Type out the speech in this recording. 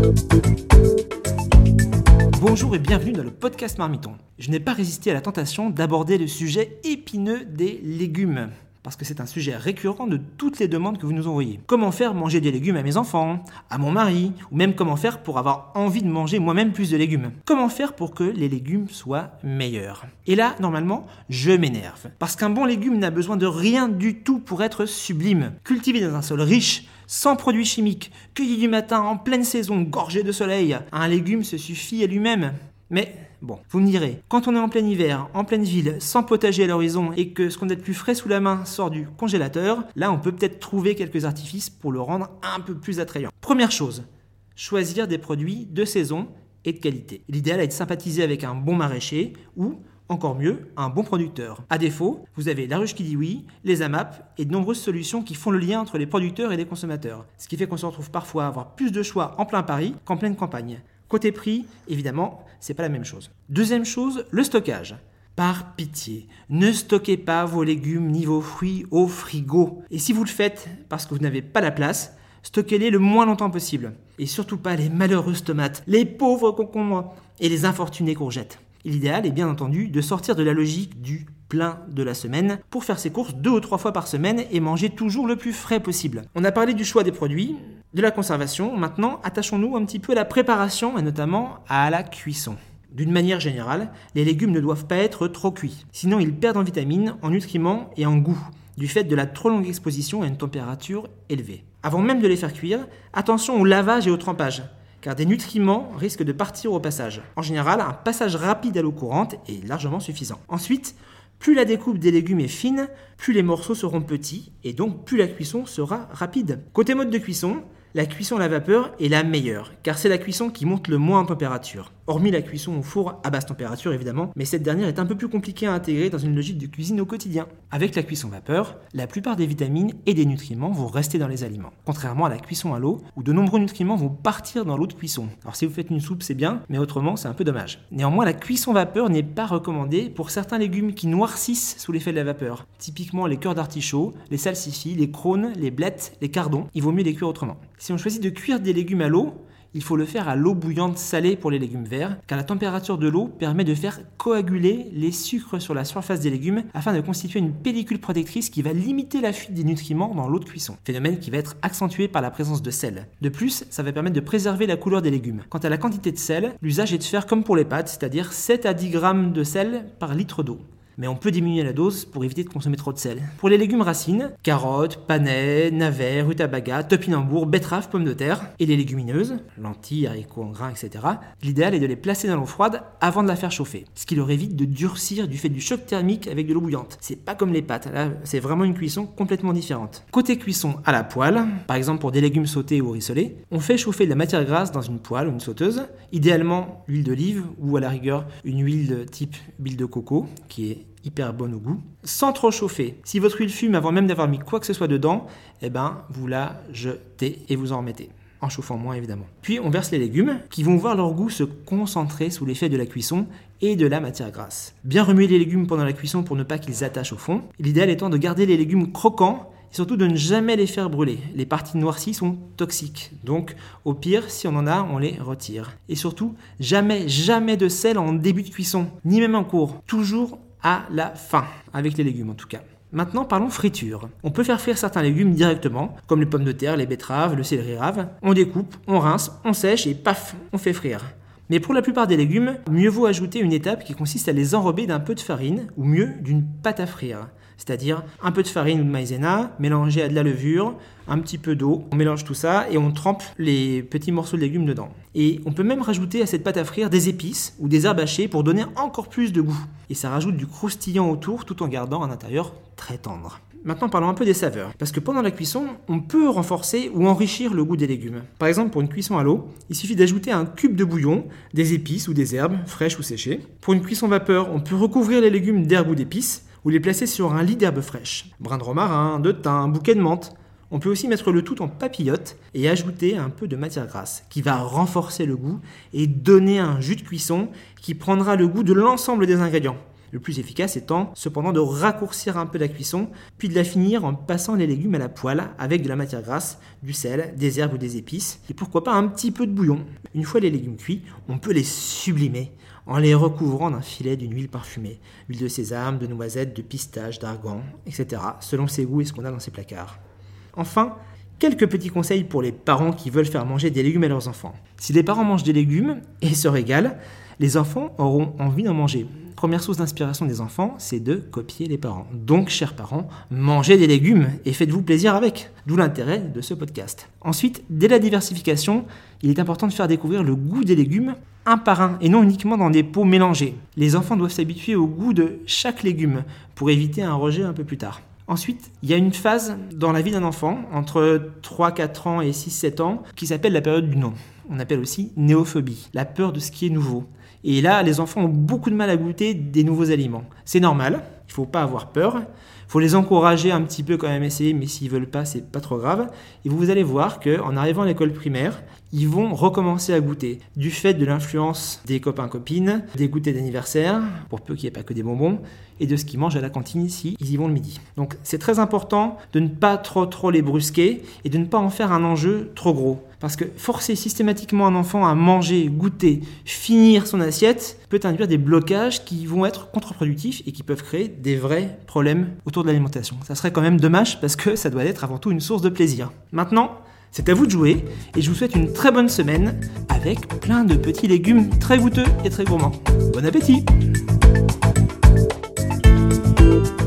Bonjour et bienvenue dans le podcast Marmiton. Je n'ai pas résisté à la tentation d'aborder le sujet épineux des légumes, parce que c'est un sujet récurrent de toutes les demandes que vous nous envoyez. Comment faire manger des légumes à mes enfants, à mon mari, ou même comment faire pour avoir envie de manger moi-même plus de légumes. Comment faire pour que les légumes soient meilleurs. Et là, normalement, je m'énerve, parce qu'un bon légume n'a besoin de rien du tout pour être sublime. Cultivé dans un sol riche, sans produits chimiques, cueilli du matin en pleine saison, gorgé de soleil, un légume se suffit à lui-même. Mais bon, vous me direz, quand on est en plein hiver, en pleine ville, sans potager à l'horizon et que ce qu'on a de plus frais sous la main sort du congélateur, là on peut peut-être trouver quelques artifices pour le rendre un peu plus attrayant. Première chose, choisir des produits de saison et de qualité. L'idéal est de sympathiser avec un bon maraîcher ou, encore mieux, un bon producteur. À défaut, vous avez La Ruche qui dit oui, les AMAP et de nombreuses solutions qui font le lien entre les producteurs et les consommateurs. Ce qui fait qu'on se retrouve parfois à avoir plus de choix en plein Paris qu'en pleine campagne. Côté prix, évidemment, c'est pas la même chose. Deuxième chose, le stockage. Par pitié, ne stockez pas vos légumes ni vos fruits au frigo. Et si vous le faites parce que vous n'avez pas la place, stockez-les le moins longtemps possible. Et surtout pas les malheureuses tomates, les pauvres concombres et les infortunées courgettes. L'idéal est bien entendu de sortir de la logique du plein de la semaine pour faire ses courses 2 ou 3 fois par semaine et manger toujours le plus frais possible. On a parlé du choix des produits, de la conservation, maintenant attachons-nous un petit peu à la préparation et notamment à la cuisson. D'une manière générale, les légumes ne doivent pas être trop cuits, sinon ils perdent en vitamines, en nutriments et en goût, du fait de la trop longue exposition à une température élevée. Avant même de les faire cuire, attention au lavage et au trempage, car des nutriments risquent de partir au passage. En général, un passage rapide à l'eau courante est largement suffisant. Ensuite, plus la découpe des légumes est fine, plus les morceaux seront petits, et donc plus la cuisson sera rapide. Côté mode de cuisson, la cuisson à la vapeur est la meilleure, car c'est la cuisson qui monte le moins en température. Hormis la cuisson au four à basse température évidemment, mais cette dernière est un peu plus compliquée à intégrer dans une logique de cuisine au quotidien. Avec la cuisson vapeur, la plupart des vitamines et des nutriments vont rester dans les aliments, contrairement à la cuisson à l'eau, où de nombreux nutriments vont partir dans l'eau de cuisson. Alors si vous faites une soupe c'est bien, mais autrement c'est un peu dommage. Néanmoins la cuisson vapeur n'est pas recommandée pour certains légumes qui noircissent sous l'effet de la vapeur. Typiquement les cœurs d'artichaut, les salsifis, les crônes, les blettes, les cardons, il vaut mieux les cuire autrement. Si on choisit de cuire des légumes à l'eau, il faut le faire à l'eau bouillante salée pour les légumes verts, car la température de l'eau permet de faire coaguler les sucres sur la surface des légumes afin de constituer une pellicule protectrice qui va limiter la fuite des nutriments dans l'eau de cuisson, phénomène qui va être accentué par la présence de sel. De plus, ça va permettre de préserver la couleur des légumes. Quant à la quantité de sel, l'usage est de faire comme pour les pâtes, c'est-à-dire 7 à 10 grammes de sel par litre d'eau. Mais on peut diminuer la dose pour éviter de consommer trop de sel. Pour les légumes racines, carottes, panais, navets, rutabaga, topinambour, betteraves, pommes de terre, et les légumineuses, lentilles, haricots en grains, etc., l'idéal est de les placer dans l'eau froide avant de la faire chauffer, ce qui leur évite de durcir du fait du choc thermique avec de l'eau bouillante. C'est pas comme les pâtes, là c'est vraiment une cuisson complètement différente. Côté cuisson à la poêle, par exemple pour des légumes sautés ou rissolés, on fait chauffer de la matière grasse dans une poêle ou une sauteuse, idéalement l'huile d'olive ou à la rigueur une huile de type huile de coco, qui est hyper bonne au goût, sans trop chauffer. Si votre huile fume avant même d'avoir mis quoi que ce soit dedans, vous la jetez et vous en remettez. En chauffant moins évidemment. Puis on verse les légumes qui vont voir leur goût se concentrer sous l'effet de la cuisson et de la matière grasse. Bien remuer les légumes pendant la cuisson pour ne pas qu'ils attachent au fond. L'idéal étant de garder les légumes croquants et surtout de ne jamais les faire brûler. Les parties noircies sont toxiques, donc au pire, si on en a, on les retire. Et surtout, jamais de sel en début de cuisson, ni même en cours. Toujours à la fin, avec les légumes en tout cas. Maintenant, parlons friture. On peut faire frire certains légumes directement, comme les pommes de terre, les betteraves, le céleri rave. On découpe, on rince, on sèche et paf, on fait frire. Mais pour la plupart des légumes, mieux vaut ajouter une étape qui consiste à les enrober d'un peu de farine, ou mieux, d'une pâte à frire. C'est-à-dire un peu de farine ou de maïzena, mélangé à de la levure, un petit peu d'eau. On mélange tout ça et on trempe les petits morceaux de légumes dedans. Et on peut même rajouter à cette pâte à frire des épices ou des herbes hachées pour donner encore plus de goût. Et ça rajoute du croustillant autour tout en gardant un intérieur très tendre. Maintenant, parlons un peu des saveurs. Parce que pendant la cuisson, on peut renforcer ou enrichir le goût des légumes. Par exemple, pour une cuisson à l'eau, il suffit d'ajouter un cube de bouillon, des épices ou des herbes, fraîches ou séchées. Pour une cuisson vapeur, on peut recouvrir les légumes d'herbes ou d'épices, ou les placer sur un lit d'herbes fraîches. Brin de romarin, de thym, un bouquet de menthe. On peut aussi mettre le tout en papillote et ajouter un peu de matière grasse qui va renforcer le goût et donner un jus de cuisson qui prendra le goût de l'ensemble des ingrédients. Le plus efficace étant cependant de raccourcir un peu la cuisson, puis de la finir en passant les légumes à la poêle avec de la matière grasse, du sel, des herbes ou des épices, et pourquoi pas un petit peu de bouillon. Une fois les légumes cuits, on peut les sublimer en les recouvrant d'un filet d'une huile parfumée, huile de sésame, de noisettes, de pistache, d'argan, etc., selon ses goûts et ce qu'on a dans ses placards. Enfin, quelques petits conseils pour les parents qui veulent faire manger des légumes à leurs enfants. Si les parents mangent des légumes et se régalent, les enfants auront envie d'en manger. Première source d'inspiration des enfants, c'est de copier les parents. Donc, chers parents, mangez des légumes et faites-vous plaisir avec. D'où l'intérêt de ce podcast. Ensuite, dès la diversification, il est important de faire découvrir le goût des légumes un par un et non uniquement dans des pots mélangés. Les enfants doivent s'habituer au goût de chaque légume pour éviter un rejet un peu plus tard. Ensuite, il y a une phase dans la vie d'un enfant, entre 3-4 ans et 6-7 ans, qui s'appelle la période du non. On appelle aussi néophobie, la peur de ce qui est nouveau. Et là, les enfants ont beaucoup de mal à goûter des nouveaux aliments. C'est normal, il ne faut pas avoir peur. Il faut les encourager un petit peu quand même essayer, mais s'ils ne veulent pas, c'est pas trop grave. Et vous allez voir qu'en arrivant à l'école primaire, ils vont recommencer à goûter. Du fait de l'influence des copains-copines, des goûters d'anniversaire, pour peu qu'il n'y ait pas que des bonbons, et de ce qu'ils mangent à la cantine ici, ils y vont le midi. Donc c'est très important de ne pas trop les brusquer et de ne pas en faire un enjeu trop gros. Parce que forcer systématiquement un enfant à manger, goûter, finir son assiette peut induire des blocages qui vont être contre-productifs et qui peuvent créer des vrais problèmes autour de l'alimentation. Ça serait quand même dommage parce que ça doit être avant tout une source de plaisir. Maintenant, c'est à vous de jouer et je vous souhaite une très bonne semaine avec plein de petits légumes très goûteux et très gourmands. Bon appétit!